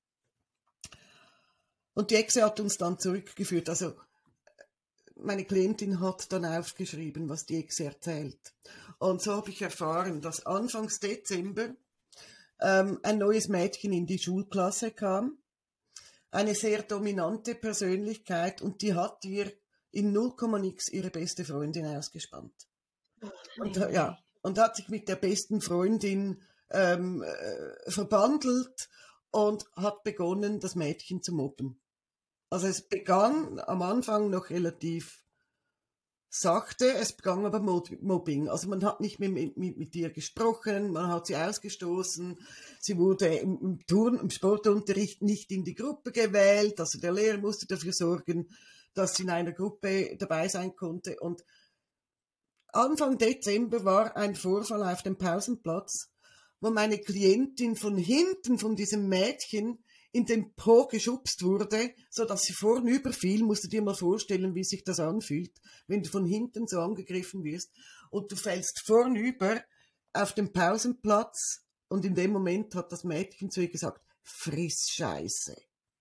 Und die Echse hat uns dann zurückgeführt. Also meine Klientin hat dann aufgeschrieben, was die Echse erzählt. Und so habe ich erfahren, dass Anfangs Dezember ein neues Mädchen in die Schulklasse kam, eine sehr dominante Persönlichkeit und die hat ihr in 0,x ihre beste Freundin ausgespannt. Und hat sich mit der besten Freundin verbandelt und hat begonnen, das Mädchen zu mobben. Also es begann am Anfang noch relativ sachte, es begann aber Mobbing. Also man hat nicht mehr mit ihr gesprochen, man hat sie ausgestoßen, sie wurde im Sportunterricht nicht in die Gruppe gewählt, also der Lehrer musste dafür sorgen, dass sie in einer Gruppe dabei sein konnte. Und Anfang Dezember war ein Vorfall auf dem Pausenplatz, wo meine Klientin von hinten von diesem Mädchen in den Po geschubst wurde, so dass sie vornüber fiel. Musst du dir mal vorstellen, wie sich das anfühlt, wenn du von hinten so angegriffen wirst und du fällst vornüber auf dem Pausenplatz und in dem Moment hat das Mädchen zu ihr gesagt, friss Scheiße.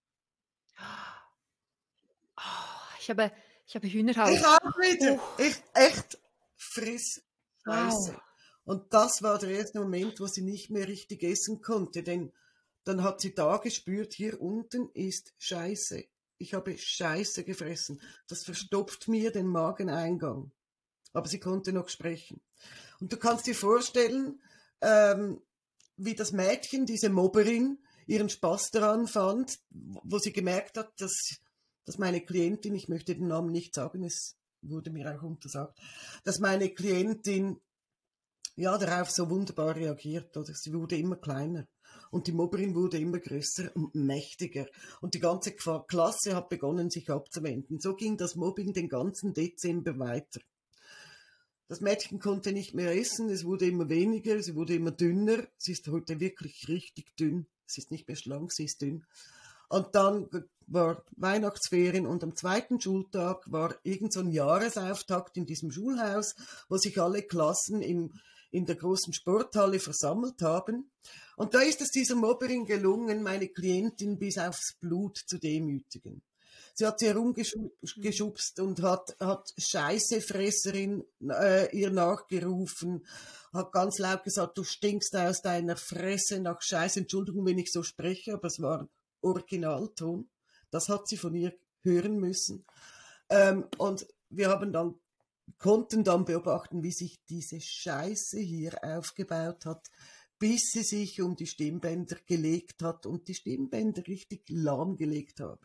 Oh, ich habe Hühnerhaut. Ich auch wieder. Echt, friss Scheiße. Wow. Und das war der erste Moment, wo sie nicht mehr richtig essen konnte, denn dann hat sie da gespürt, hier unten ist Scheiße. Ich habe Scheiße gefressen. Das verstopft mir den Mageneingang. Aber sie konnte noch sprechen. Und du kannst dir vorstellen, wie das Mädchen, diese Mobberin, ihren Spaß daran fand, wo sie gemerkt hat, dass meine Klientin, ich möchte den Namen nicht sagen, es wurde mir auch untersagt, dass meine Klientin ja darauf so wunderbar reagiert, oder? Sie wurde immer kleiner und die Mobberin wurde immer größer und mächtiger und die ganze Klasse hat begonnen, sich abzuwenden. So ging das Mobbing den ganzen Dezember weiter. Das Mädchen konnte nicht mehr essen, es wurde immer weniger, sie wurde immer dünner. Sie ist heute wirklich richtig dünn. Sie ist nicht mehr schlank, sie ist dünn. Und dann war Weihnachtsferien und am zweiten Schultag war irgend so ein Jahresauftakt in diesem Schulhaus, wo sich alle Klassen in der großen Sporthalle versammelt haben. Und da ist es dieser Mobberin gelungen, meine Klientin bis aufs Blut zu demütigen. Sie hat sie herumgeschubst und hat Scheißefresserin ihr nachgerufen, hat ganz laut gesagt, du stinkst aus deiner Fresse nach Scheiße. Entschuldigung, wenn ich so spreche, aber es war Originalton. Das hat sie von ihr hören müssen. Und wir konnten dann beobachten, wie sich diese Scheiße hier aufgebaut hat, bis sie sich um die Stimmbänder gelegt hat und die Stimmbänder richtig lahmgelegt haben.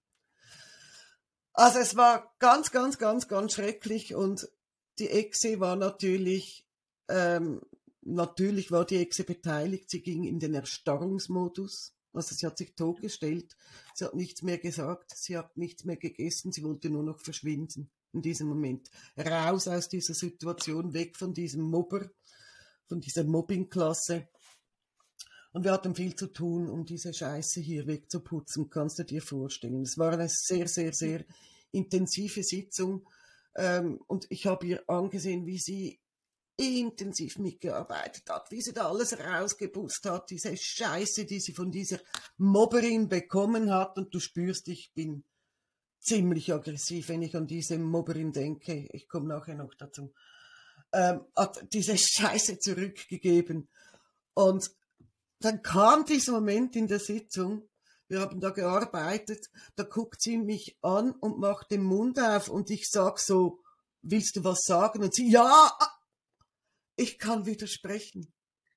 Also es war ganz, ganz, ganz, ganz schrecklich und die Exe war natürlich war die Exe beteiligt, sie ging in den Erstarrungsmodus, also sie hat sich totgestellt, sie hat nichts mehr gesagt, sie hat nichts mehr gegessen, sie wollte nur noch verschwinden in diesem Moment. Raus aus dieser Situation, weg von diesem Mobber, von dieser Mobbingklasse. Und wir hatten viel zu tun, um diese Scheiße hier wegzuputzen, kannst du dir vorstellen. Es war eine sehr, sehr, sehr intensive Sitzung und ich habe ihr angesehen, wie sie intensiv mitgearbeitet hat, wie sie da alles rausgeputzt hat, diese Scheiße, die sie von dieser Mobberin bekommen hat. Und du spürst, ich bin ziemlich aggressiv, wenn ich an diese Mobberin denke. Ich komme nachher noch dazu. Hat diese Scheiße zurückgegeben. Und dann kam dieser Moment in der Sitzung, wir haben da gearbeitet, da guckt sie mich an und macht den Mund auf und ich sag so, willst du was sagen? Und sie, ja, ich kann widersprechen.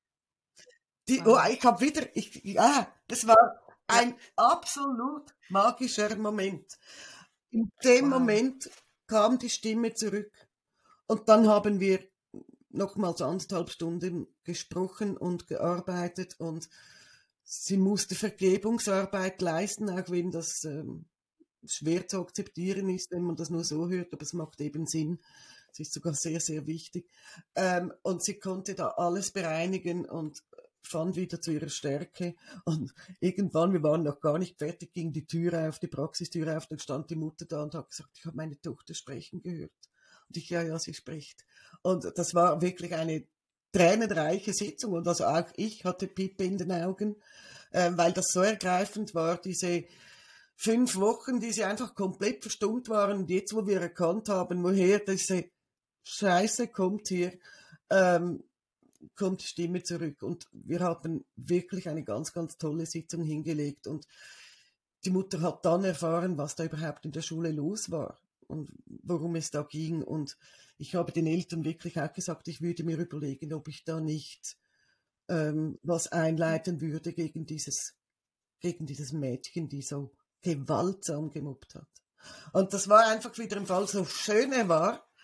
Ich habe wieder, das war ein absolut magischer Moment. In dem Moment kam die Stimme zurück und dann haben wir nochmals 1,5 Stunden gesprochen und gearbeitet und sie musste Vergebungsarbeit leisten, auch wenn das schwer zu akzeptieren ist, wenn man das nur so hört, aber es macht eben Sinn. Es ist sogar sehr, sehr wichtig. Und sie konnte da alles bereinigen und fand wieder zu ihrer Stärke. Und irgendwann, wir waren noch gar nicht fertig, ging die Tür auf, die Praxistür auf, dann stand die Mutter da und hat gesagt, ich habe meine Tochter sprechen gehört. Und ich, ja, sie spricht. Und das war wirklich eine tränenreiche Sitzung. Und also auch ich hatte Pipi in den Augen, weil das so ergreifend war, diese 5 Wochen, die sie einfach komplett verstummt waren. Und jetzt, wo wir erkannt haben, woher diese Scheiße kommt hier, kommt die Stimme zurück. Und wir haben wirklich eine ganz, ganz tolle Sitzung hingelegt. Und die Mutter hat dann erfahren, was da überhaupt in der Schule los war und worum es da ging. Und ich habe den Eltern wirklich auch gesagt, ich würde mir überlegen, ob ich da nicht was einleiten würde gegen dieses Mädchen, die so gewaltsam gemobbt hat. Und das war einfach wieder ein Fall, so schön er war.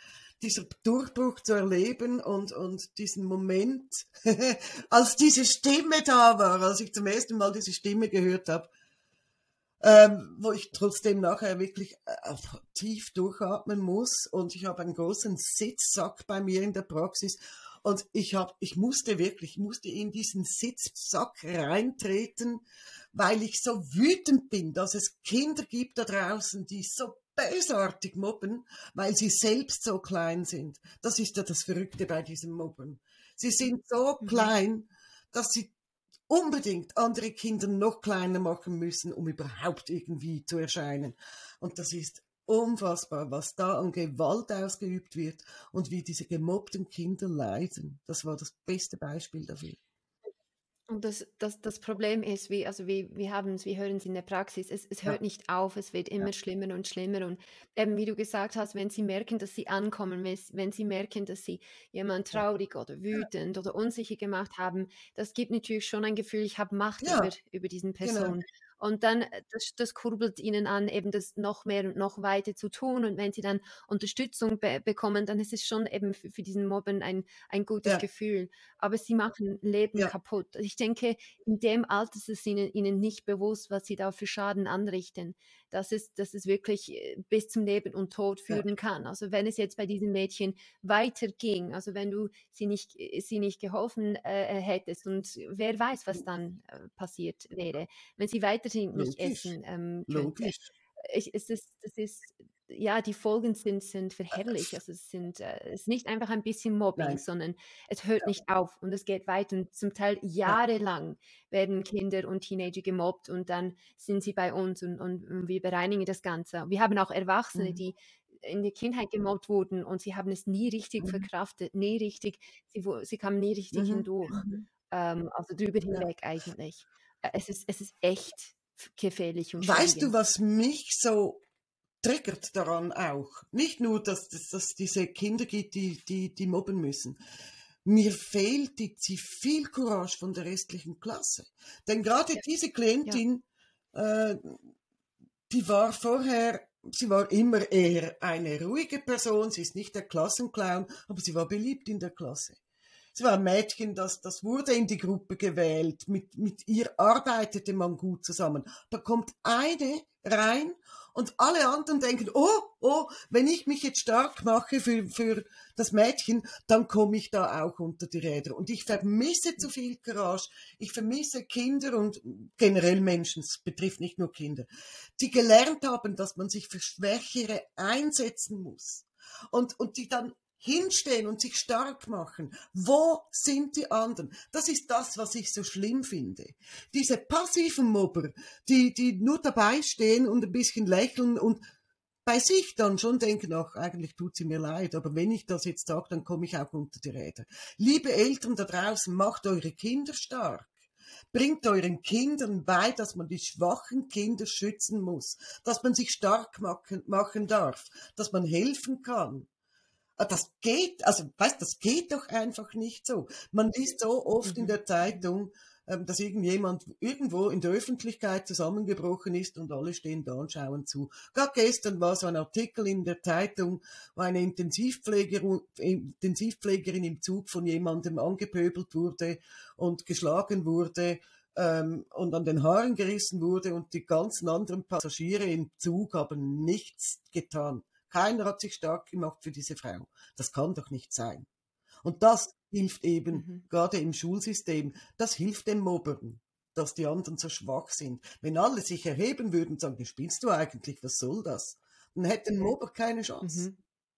dieser Durchbruch zu erleben und diesen Moment, als diese Stimme da war, als ich zum ersten Mal diese Stimme gehört habe, wo ich trotzdem nachher wirklich tief durchatmen muss, und ich habe einen großen Sitzsack bei mir in der Praxis, und ich musste in diesen Sitzsack reintreten, weil ich so wütend bin, dass es Kinder gibt da draußen, die so bösartig mobben, weil sie selbst so klein sind. Das ist ja das Verrückte bei diesem Mobben. Sie sind so klein, dass sie unbedingt andere Kinder noch kleiner machen müssen, um überhaupt irgendwie zu erscheinen. Und das ist unfassbar, was da an Gewalt ausgeübt wird und wie diese gemobbten Kinder leiden. Das war das beste Beispiel dafür. Und das Problem ist, wir hören es in der Praxis, es hört nicht auf, es wird immer schlimmer und schlimmer. Und eben, wie du gesagt hast, wenn sie merken, dass sie ankommen, wenn sie merken, dass sie jemanden traurig oder wütend oder unsicher gemacht haben, das gibt natürlich schon ein Gefühl, ich habe Macht über diesen Person. Genau. Und dann, das kurbelt ihnen an, eben das noch mehr und noch weiter zu tun. Und wenn sie dann Unterstützung bekommen, dann ist es schon eben für diesen Mobben ein gutes Gefühl. Aber sie machen Leben kaputt. Ich denke, in dem Alter ist es ihnen nicht bewusst, was sie da für Schaden anrichten. Dass es wirklich bis zum Leben und Tod führen kann. Also wenn es jetzt bei diesem Mädchen weiterging, also wenn du sie nicht geholfen hättest, und wer weiß, was dann passiert wäre, wenn sie weiterhin nicht essen könnte. Logisch. Die Folgen sind verheerlich. Also es ist nicht einfach ein bisschen Mobbing, sondern es hört nicht auf und es geht weiter. Und zum Teil jahrelang werden Kinder und Teenager gemobbt, und dann sind sie bei uns und wir bereinigen das Ganze. Wir haben auch Erwachsene, die in der Kindheit gemobbt wurden, und sie haben es nie richtig verkraftet, sie kamen nie richtig hindurch, also drüber hinweg eigentlich. Es ist echt gefährlich und Weißt du, schwierig. was mich so triggert daran auch? Nicht nur, dass diese Kinder gibt, die mobben müssen. Mir fehlt die Zivilcourage von der restlichen Klasse. Denn gerade diese Klientin, die war vorher, sie war immer eher eine ruhige Person, sie ist nicht der Klassenclown, aber sie war beliebt in der Klasse. Sie war ein Mädchen, das wurde in die Gruppe gewählt, mit ihr arbeitete man gut zusammen. Da kommt eine rein und alle anderen denken, oh, wenn ich mich jetzt stark mache für das Mädchen, dann komme ich da auch unter die Räder. Und ich vermisse zu viel Courage. Ich vermisse Kinder und generell Menschen, es betrifft nicht nur Kinder, die gelernt haben, dass man sich für Schwächere einsetzen muss. Und die dann hinstehen und sich stark machen. Wo sind die anderen? Das ist das, was ich so schlimm finde. Diese passiven Mobber, die nur dabei stehen und ein bisschen lächeln und bei sich dann schon denken, ach, eigentlich tut sie mir leid, aber wenn ich das jetzt sage, dann komme ich auch unter die Räder. Liebe Eltern da draußen, macht eure Kinder stark. Bringt euren Kindern bei, dass man die schwachen Kinder schützen muss, dass man sich stark machen darf, dass man helfen kann. Das geht doch einfach nicht so. Man liest so oft in der Zeitung, dass irgendjemand irgendwo in der Öffentlichkeit zusammengebrochen ist und alle stehen da und schauen zu. Gerade gestern war so ein Artikel in der Zeitung, wo eine Intensivpflegerin im Zug von jemandem angepöbelt wurde und geschlagen wurde und an den Haaren gerissen wurde, und die ganzen anderen Passagiere im Zug haben nichts getan. Keiner hat sich stark gemacht für diese Frau. Das kann doch nicht sein. Und das hilft eben, gerade im Schulsystem, das hilft den Mobbern, dass die anderen so schwach sind. Wenn alle sich erheben würden und sagen, wie spielst du eigentlich, was soll das? Dann hätte ein Mobber keine Chance.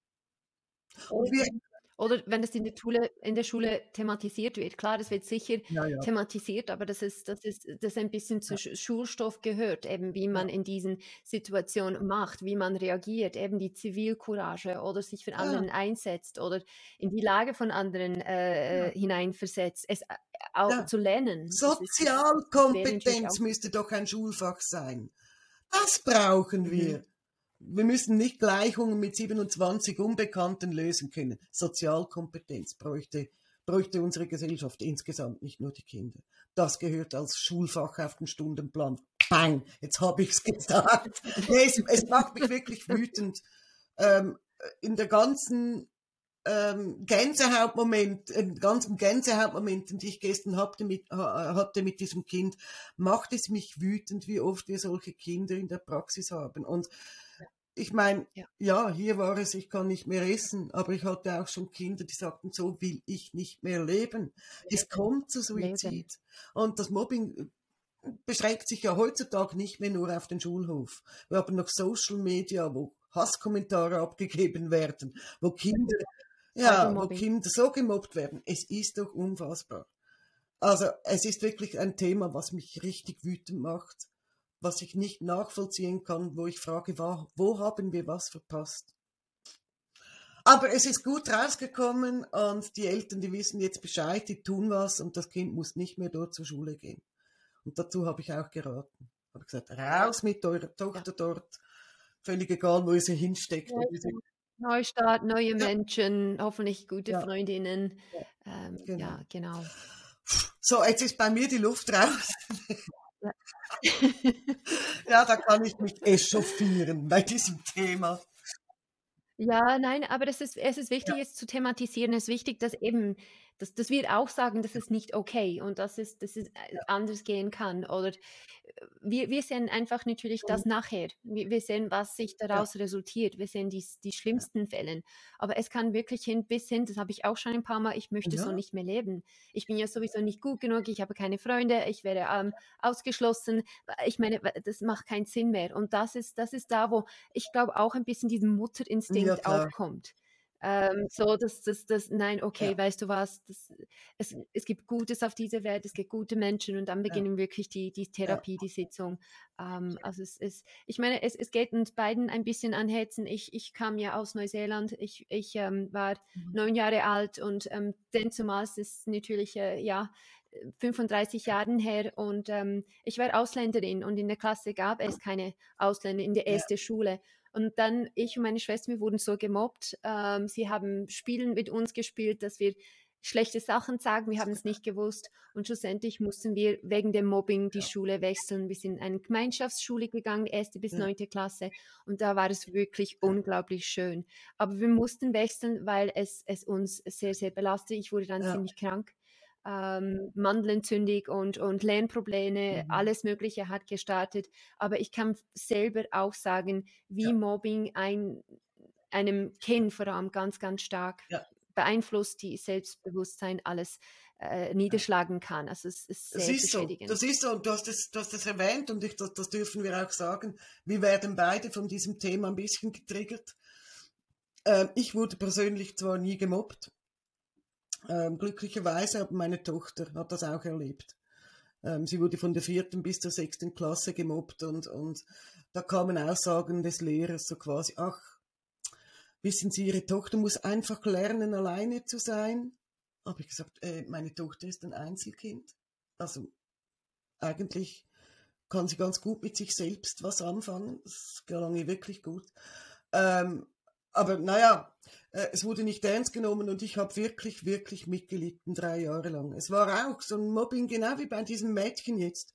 Und Oder wenn es in der Schule thematisiert wird. Klar, das wird sicher thematisiert, aber das ein bisschen zu Schulstoff gehört, eben wie man in diesen Situationen macht, wie man reagiert, eben die Zivilcourage oder sich für anderen einsetzt oder in die Lage von anderen hineinversetzt, es auch zu lernen. Sozialkompetenz müsste doch ein Schulfach sein. Das brauchen wir. Wir müssen nicht Gleichungen mit 27 Unbekannten lösen können. Sozialkompetenz bräuchte unsere Gesellschaft insgesamt, nicht nur die Kinder. Das gehört als Schulfach auf den Stundenplan. Bang, jetzt habe ich es gesagt. Es macht mich wirklich wütend. In der ganzen Gänsehautmoment, einen ganzen Gänsehautmoment, den ich gestern hatte mit diesem Kind, macht es mich wütend, wie oft wir solche Kinder in der Praxis haben. Und ich meine, ja, hier war es, ich kann nicht mehr essen, aber ich hatte auch schon Kinder, die sagten, so will ich nicht mehr leben. Es kommt zu Suizid. Und das Mobbing beschränkt sich ja heutzutage nicht mehr nur auf den Schulhof. Wir haben noch Social Media, wo Hasskommentare abgegeben werden, wo Kinder so gemobbt werden. Es ist doch unfassbar. Also es ist wirklich ein Thema, was mich richtig wütend macht, was ich nicht nachvollziehen kann, wo ich frage, wo haben wir was verpasst? Aber es ist gut rausgekommen und die Eltern, die wissen jetzt Bescheid, die tun was und das Kind muss nicht mehr dort zur Schule gehen. Und dazu habe ich auch geraten. Habe gesagt, raus mit eurer Tochter dort, völlig egal, wo sie hinsteckt. Neustart, neue Menschen, hoffentlich gute Freundinnen. Genau. Ja, genau. So, jetzt ist bei mir die Luft raus. Ja. Ja, da kann ich mich echauffieren bei diesem Thema. Ja, nein, aber es ist wichtig, es zu thematisieren. Es ist wichtig, dass eben, dass wir auch sagen, das ist nicht okay und dass es anders gehen kann. Oder wir sehen einfach natürlich das nachher. Wir sehen, was sich daraus resultiert. Wir sehen die schlimmsten Fälle. Aber es kann wirklich bis hin, das habe ich auch schon ein paar Mal, ich möchte so nicht mehr leben. Ich bin ja sowieso nicht gut genug, ich habe keine Freunde, ich werde ausgeschlossen. Ich meine, das macht keinen Sinn mehr. Und das ist da, wo ich glaube auch ein bisschen diesen Mutterinstinkt aufkommt. So, nein, okay, weißt du was, es gibt Gutes auf dieser Welt, es gibt gute Menschen und dann beginnen wirklich die Therapie, die Sitzung. Also ich meine, es geht uns beiden ein bisschen an Herzen. Ich kam ja aus Neuseeland, ich war 9 Jahre alt und denn zumal ist natürlich, 35 Jahren her und ich war Ausländerin und in der Klasse gab es keine Ausländer in der ersten Schule. Und dann ich und meine Schwester, wir wurden so gemobbt. Sie haben Spielen mit uns gespielt, dass wir schlechte Sachen sagen. Wir haben es nicht gewusst. Und schlussendlich mussten wir wegen dem Mobbing die Schule wechseln. Wir sind in eine Gemeinschaftsschule gegangen, 1. bis 9. Klasse. Und da war es wirklich unglaublich schön. Aber wir mussten wechseln, weil es uns sehr, sehr belastet. Ich wurde dann ziemlich krank. Mandelentzündung und Lernprobleme, alles Mögliche hat gestartet. Aber ich kann selber auch sagen, wie Mobbing einem Kind vor allem ganz, ganz stark beeinflusst, die Selbstbewusstsein, alles niederschlagen kann. Also es ist sehr beschädigend. Das ist so, und du hast das erwähnt und das dürfen wir auch sagen. Wir werden beide von diesem Thema ein bisschen getriggert. Ich wurde persönlich zwar nie gemobbt, glücklicherweise, aber meine Tochter hat das auch erlebt. Sie wurde von der 4. bis zur 6. Klasse gemobbt und da kamen Aussagen des Lehrers so quasi, ach, wissen Sie, Ihre Tochter muss einfach lernen, alleine zu sein. Habe ich gesagt, meine Tochter ist ein Einzelkind. Also eigentlich kann sie ganz gut mit sich selbst was anfangen. Das gelang ihr wirklich gut. Aber naja, es wurde nicht ernst genommen und ich habe wirklich, wirklich mitgelitten 3 Jahre lang. Es war auch so ein Mobbing, genau wie bei diesem Mädchen jetzt.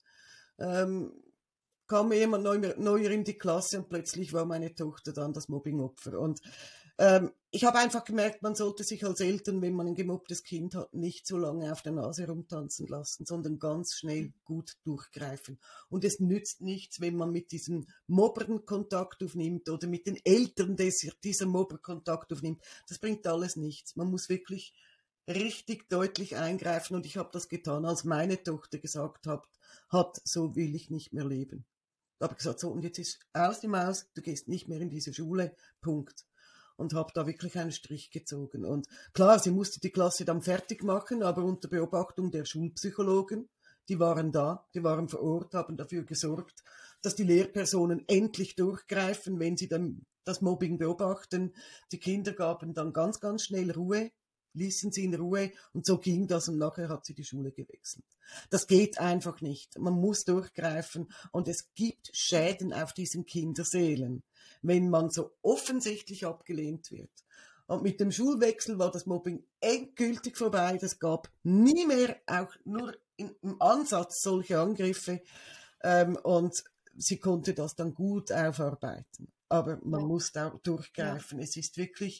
Kam jemand neuer in die Klasse und plötzlich war meine Tochter dann das Mobbingopfer. Und ich habe einfach gemerkt, man sollte sich als Eltern, wenn man ein gemobbtes Kind hat, nicht so lange auf der Nase rumtanzen lassen, sondern ganz schnell gut durchgreifen. Und es nützt nichts, wenn man mit diesen Mobbern Kontakt aufnimmt oder mit den Eltern dieser Mobber Kontakt aufnimmt. Das bringt alles nichts. Man muss wirklich richtig deutlich eingreifen und ich habe das getan, als meine Tochter gesagt hat, so will ich nicht mehr leben. Da habe ich gesagt, so, und jetzt ist aus dem Haus, du gehst nicht mehr in diese Schule, Punkt. Und habe da wirklich einen Strich gezogen. Und klar, sie musste die Klasse dann fertig machen, aber unter Beobachtung der Schulpsychologen. Die waren da, die waren vor Ort, haben dafür gesorgt, dass die Lehrpersonen endlich durchgreifen, wenn sie dann das Mobbing beobachten. Die Kinder gaben dann ganz, ganz schnell Ruhe, ließen sie in Ruhe und so ging das und nachher hat sie die Schule gewechselt. Das geht einfach nicht. Man muss durchgreifen und es gibt Schäden auf diesen Kinderseelen, wenn man so offensichtlich abgelehnt wird. Und mit dem Schulwechsel war das Mobbing endgültig vorbei. Das gab nie mehr, auch nur im Ansatz, solche Angriffe. Und sie konnte das dann gut aufarbeiten. Aber man muss da durchgreifen. Es ist wirklich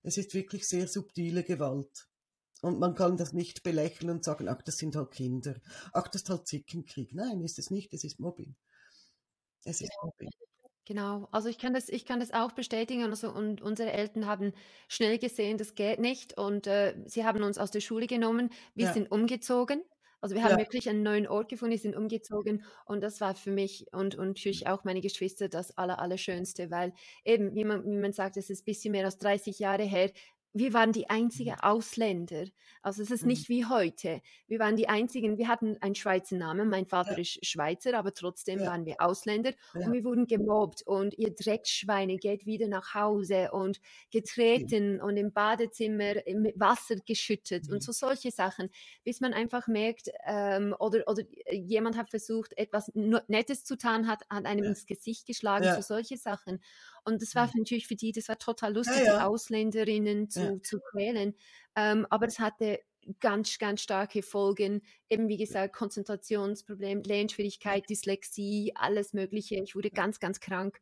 Es ist wirklich sehr subtile Gewalt. Und man kann das nicht belächeln und sagen, ach, das sind halt Kinder. Ach, das ist halt Zickenkrieg. Nein, ist es nicht, es ist Mobbing. Es ist Mobbing. Genau, also ich kann das auch bestätigen. Also, und unsere Eltern haben schnell gesehen, das geht nicht. Und sie haben uns aus der Schule genommen. Wir Ja, sind umgezogen. Also wir haben ja, wirklich einen neuen Ort gefunden, wir sind umgezogen. Und das war für mich und natürlich auch meine Geschwister das Allerschönste, weil eben, wie man sagt, es ist ein bisschen mehr als 30 Jahre her. Wir waren die einzigen Ausländer. Also es ist mhm, nicht wie heute. Wir waren die einzigen, wir hatten einen Schweizer Namen. Mein Vater ja, ist Schweizer, aber trotzdem ja, waren wir Ausländer und ja, wir wurden gemobbt und ihr Dreckschweine geht wieder nach Hause und stimmt. getreten und im Badezimmer mit Wasser geschüttet und Mhm. so solche Sachen, bis man einfach merkt, oder jemand hat versucht, etwas Nettes zu tun, hat einem Ja, ins Gesicht geschlagen, so ja, solche Sachen. Und das war ja, natürlich für die, das war total ja, lustig, die ja, Ausländerinnen ja, zu quälen. Aber es hatte ganz starke Folgen. Eben wie gesagt, Konzentrationsproblem, Lernschwierigkeit, Dyslexie, alles Mögliche. Ich wurde ganz krank.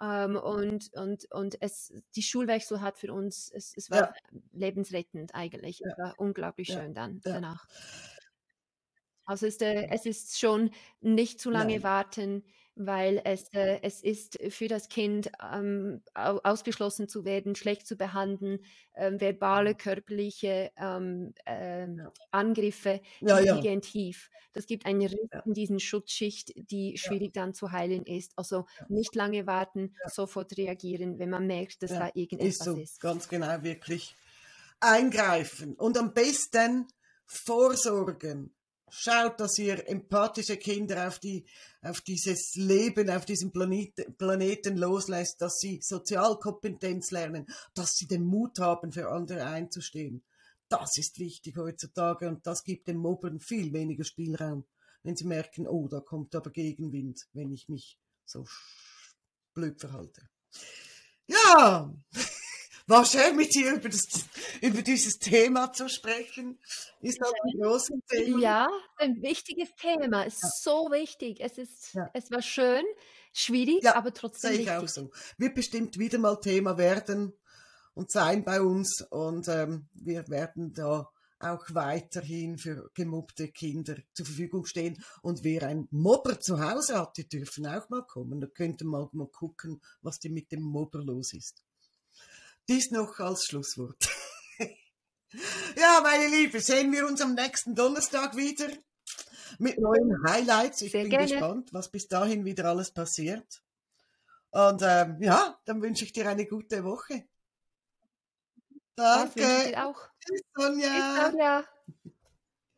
Die Schulwechsel hat für uns, es war ja, lebensrettend eigentlich. Es ja, war unglaublich ja, schön dann ja. danach. Also es ist schon nicht zu lange Nein. warten, weil es ist für das Kind ausgeschlossen zu werden, schlecht zu behandeln, verbale, körperliche Ja, Angriffe, ja, die ja, gehen tief. Das gibt einen Riss ja, in diesen Schutzschicht, die ja, schwierig dann zu heilen ist. Also ja, nicht lange warten, ja, sofort reagieren, wenn man merkt, dass ja. da Ist irgendetwas so, ist. ganz genau, wirklich eingreifen und am besten vorsorgen. Schaut, dass ihr empathische Kinder auf dieses Leben, auf diesem Planeten loslässt, dass sie Sozialkompetenz lernen, dass sie den Mut haben, für andere einzustehen. Das ist wichtig heutzutage und das gibt den Mobbern viel weniger Spielraum, wenn sie merken, oh, da kommt aber Gegenwind, wenn ich mich so blöd verhalte. Ja, war schön mit dir über dieses Thema zu sprechen. Ist halt ein großes Thema. Ja, ein wichtiges Thema, Ja, ist so wichtig. ja, Es war schön, schwierig, ja, aber sehe trotzdem ich auch wichtig. so. Wird bestimmt wieder mal Thema werden und sein bei uns und wir werden da auch weiterhin für gemobbte Kinder zur Verfügung stehen. Und wer einen Mobber zu Hause hat, die dürfen auch mal kommen. Da könnte man mal gucken, was denn mit dem Mobber los ist. Dies noch als Schlusswort. Ja, meine Liebe, sehen wir uns am nächsten Donnerstag wieder mit neuen Highlights. Ich Sehr bin gerne. gespannt, was bis dahin wieder alles passiert. Und ja, dann wünsche ich dir eine gute Woche. Das wünsche ich Danke. dir auch. Tschüss, Tschüss, Sonja. Claudia.